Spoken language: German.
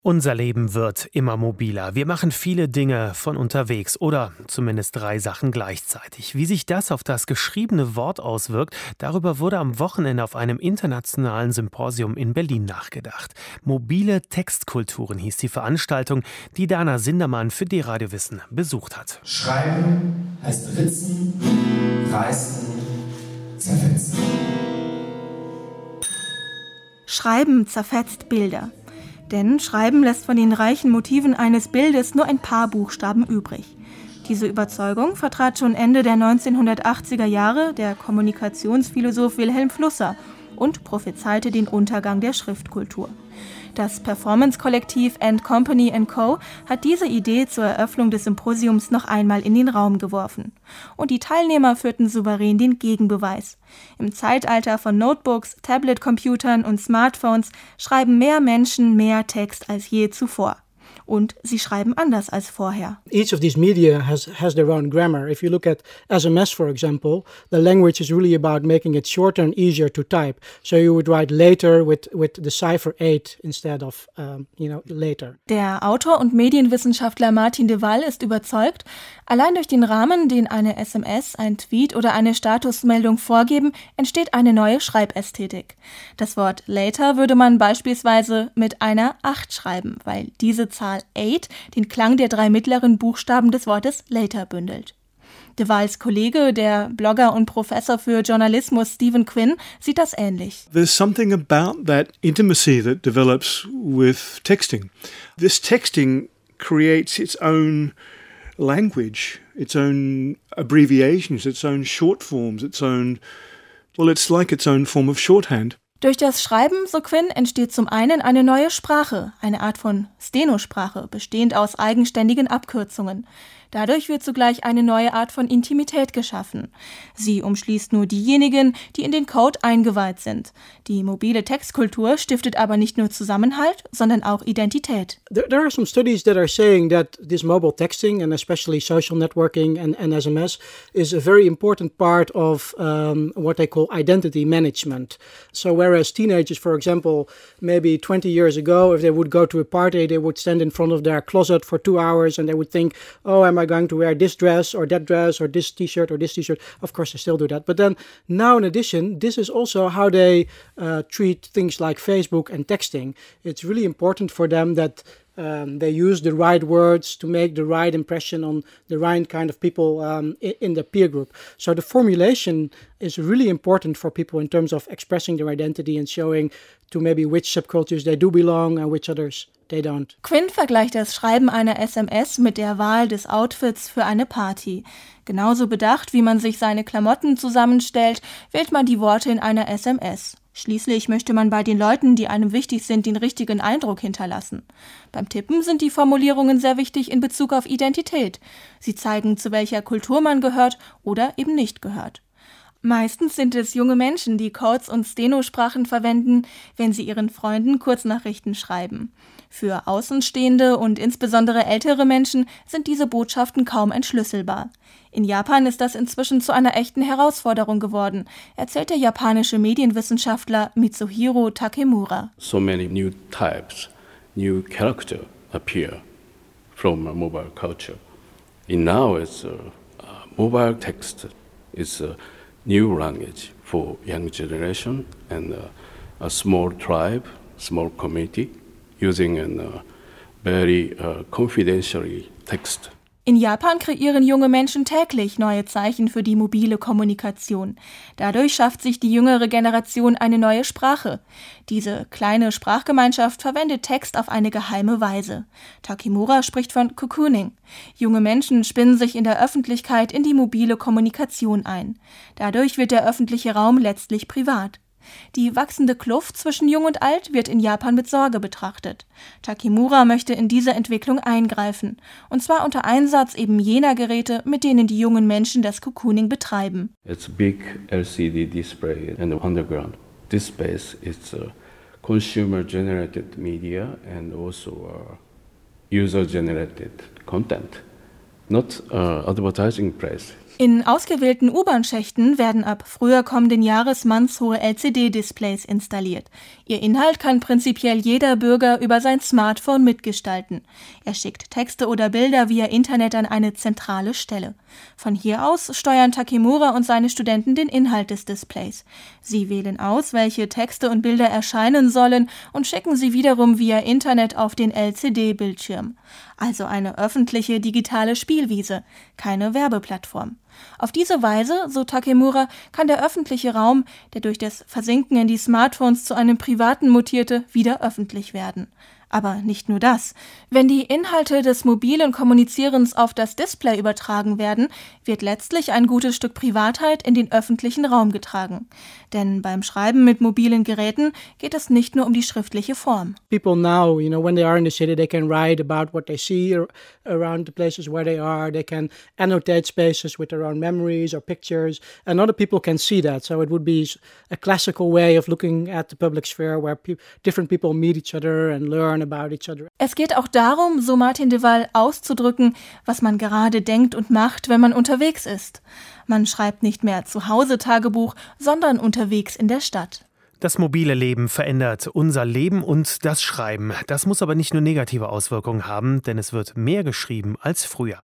Unser Leben wird immer mobiler. Wir machen viele Dinge von unterwegs oder zumindest 3 Sachen gleichzeitig. Wie sich das auf das geschriebene Wort auswirkt, darüber wurde am Wochenende auf einem internationalen Symposium in Berlin nachgedacht. Mobile Textkulturen hieß die Veranstaltung, die Dana Sindermann für D-Radio Wissen besucht hat. Schreiben heißt ritzen, reißen, zerfetzen. Schreiben zerfetzt Bilder. Denn Schreiben lässt von den reichen Motiven eines Bildes nur ein paar Buchstaben übrig. Diese Überzeugung vertrat schon Ende der 1980er Jahre der Kommunikationsphilosoph Wilhelm Flusser und prophezeite den Untergang der Schriftkultur. Das Performance-Kollektiv & Company & Co. hat diese Idee zur Eröffnung des Symposiums noch einmal in den Raum geworfen. Und die Teilnehmer führten souverän den Gegenbeweis. Im Zeitalter von Notebooks, Tablet-Computern und Smartphones schreiben mehr Menschen mehr Text als je zuvor. Und sie schreiben anders als vorher. Each of these media has their own grammar. If you look at SMS, for example, the language is really about making it shorter and easier to type. So you would write later with the cipher 8 instead of, later. Der Autor und Medienwissenschaftler Martin de Waal ist überzeugt, allein durch den Rahmen, den eine SMS, ein Tweet oder eine Statusmeldung vorgeben, entsteht eine neue Schreibästhetik. Das Wort later würde man beispielsweise mit einer 8 schreiben, weil diese Zahl 8 den Klang der 3 mittleren Buchstaben des Wortes later bündelt. De Waals Kollege, der Blogger und Professor für Journalismus Stephen Quinn, sieht das ähnlich. There's something about that intimacy that develops with texting. This texting creates its own language, its own abbreviations, its own short forms, it's like its own form of shorthand. Durch das Schreiben, so Quinn, entsteht zum einen eine neue Sprache, eine Art von Stenosprache, bestehend aus eigenständigen Abkürzungen. Dadurch wird zugleich eine neue Art von Intimität geschaffen. Sie umschließt nur diejenigen, die in den Code eingeweiht sind. Die mobile Textkultur stiftet aber nicht nur Zusammenhalt, sondern auch Identität. There are some studies that are saying that this mobile texting and especially social networking and SMS is a very important part of what they call identity management. So whereas teenagers, for example, maybe 20 years ago, if they would go to a party, they would stand in front of their closet for 2 hours and they would think, oh, am I going to wear this dress or that dress or this t-shirt or this t-shirt? Of course, they still do that. But then now, in addition, this is also how they treat things like Facebook and texting. It's really important for them that they use the right words to make the right impression on the right kind of people in the peer group. So the formulation is really important for people in terms of expressing their identity and showing to maybe which subcultures they do belong and which others they don't. Quinn vergleicht das Schreiben einer SMS mit der Wahl des Outfits für eine Party. Genauso bedacht, wie man sich seine Klamotten zusammenstellt, wählt man die Worte in einer SMS. Schließlich möchte man bei den Leuten, die einem wichtig sind, den richtigen Eindruck hinterlassen. Beim Tippen sind die Formulierungen sehr wichtig in Bezug auf Identität. Sie zeigen, zu welcher Kultur man gehört oder eben nicht gehört. Meistens sind es junge Menschen, die Codes und Stenosprachen verwenden, wenn sie ihren Freunden Kurznachrichten schreiben. Für Außenstehende und insbesondere ältere Menschen sind diese Botschaften kaum entschlüsselbar. In Japan ist das inzwischen zu einer echten Herausforderung geworden, erzählt der japanische Medienwissenschaftler Mitsuhiro Takemura. So many new types, new character appear from mobile culture. And now it's mobile text is a new language for young generation and a small tribe, small community using a very confidentially text. In Japan kreieren junge Menschen täglich neue Zeichen für die mobile Kommunikation. Dadurch schafft sich die jüngere Generation eine neue Sprache. Diese kleine Sprachgemeinschaft verwendet Text auf eine geheime Weise. Takemura spricht von Cocooning. Junge Menschen spinnen sich in der Öffentlichkeit in die mobile Kommunikation ein. Dadurch wird der öffentliche Raum letztlich privat. Die wachsende Kluft zwischen Jung und Alt wird in Japan mit Sorge betrachtet. Takemura möchte in diese Entwicklung eingreifen, und zwar unter Einsatz eben jener Geräte, mit denen die jungen Menschen das Cocooning betreiben. It's a big LCD display and underground displays. It's a consumer-generated media and also user-generated content, not advertising place. In ausgewählten U-Bahn-Schächten werden ab früher kommenden Jahres mannshohe LCD-Displays installiert. Ihr Inhalt kann prinzipiell jeder Bürger über sein Smartphone mitgestalten. Er schickt Texte oder Bilder via Internet an eine zentrale Stelle. Von hier aus steuern Takemura und seine Studenten den Inhalt des Displays. Sie wählen aus, welche Texte und Bilder erscheinen sollen und schicken sie wiederum via Internet auf den LCD-Bildschirm. Also eine öffentliche digitale Spielwiese, keine Werbeplattform. Auf diese Weise, so Takemura, kann der öffentliche Raum, der durch das Versinken in die Smartphones zu einem privaten mutierte, wieder öffentlich werden. Aber nicht nur das. Wenn die Inhalte des mobilen Kommunizierens auf das Display übertragen werden, wird letztlich ein gutes Stück Privatheit in den öffentlichen Raum getragen. Denn beim Schreiben mit mobilen Geräten geht es nicht nur um die schriftliche Form. People now, when they are in the city, they can write about what they see around the places where they are. They can annotate spaces with their own memories or pictures, and other people can see that. So it would be a classical way of looking at the public sphere where different people meet each other and learn about each other. Es geht auch darum, so Martin de Waal, auszudrücken, was man gerade denkt und macht, wenn man unterwegs ist. Man schreibt nicht mehr zu Hause Tagebuch, sondern unterwegs in der Stadt. Das mobile Leben verändert unser Leben und das Schreiben. Das muss aber nicht nur negative Auswirkungen haben, denn es wird mehr geschrieben als früher.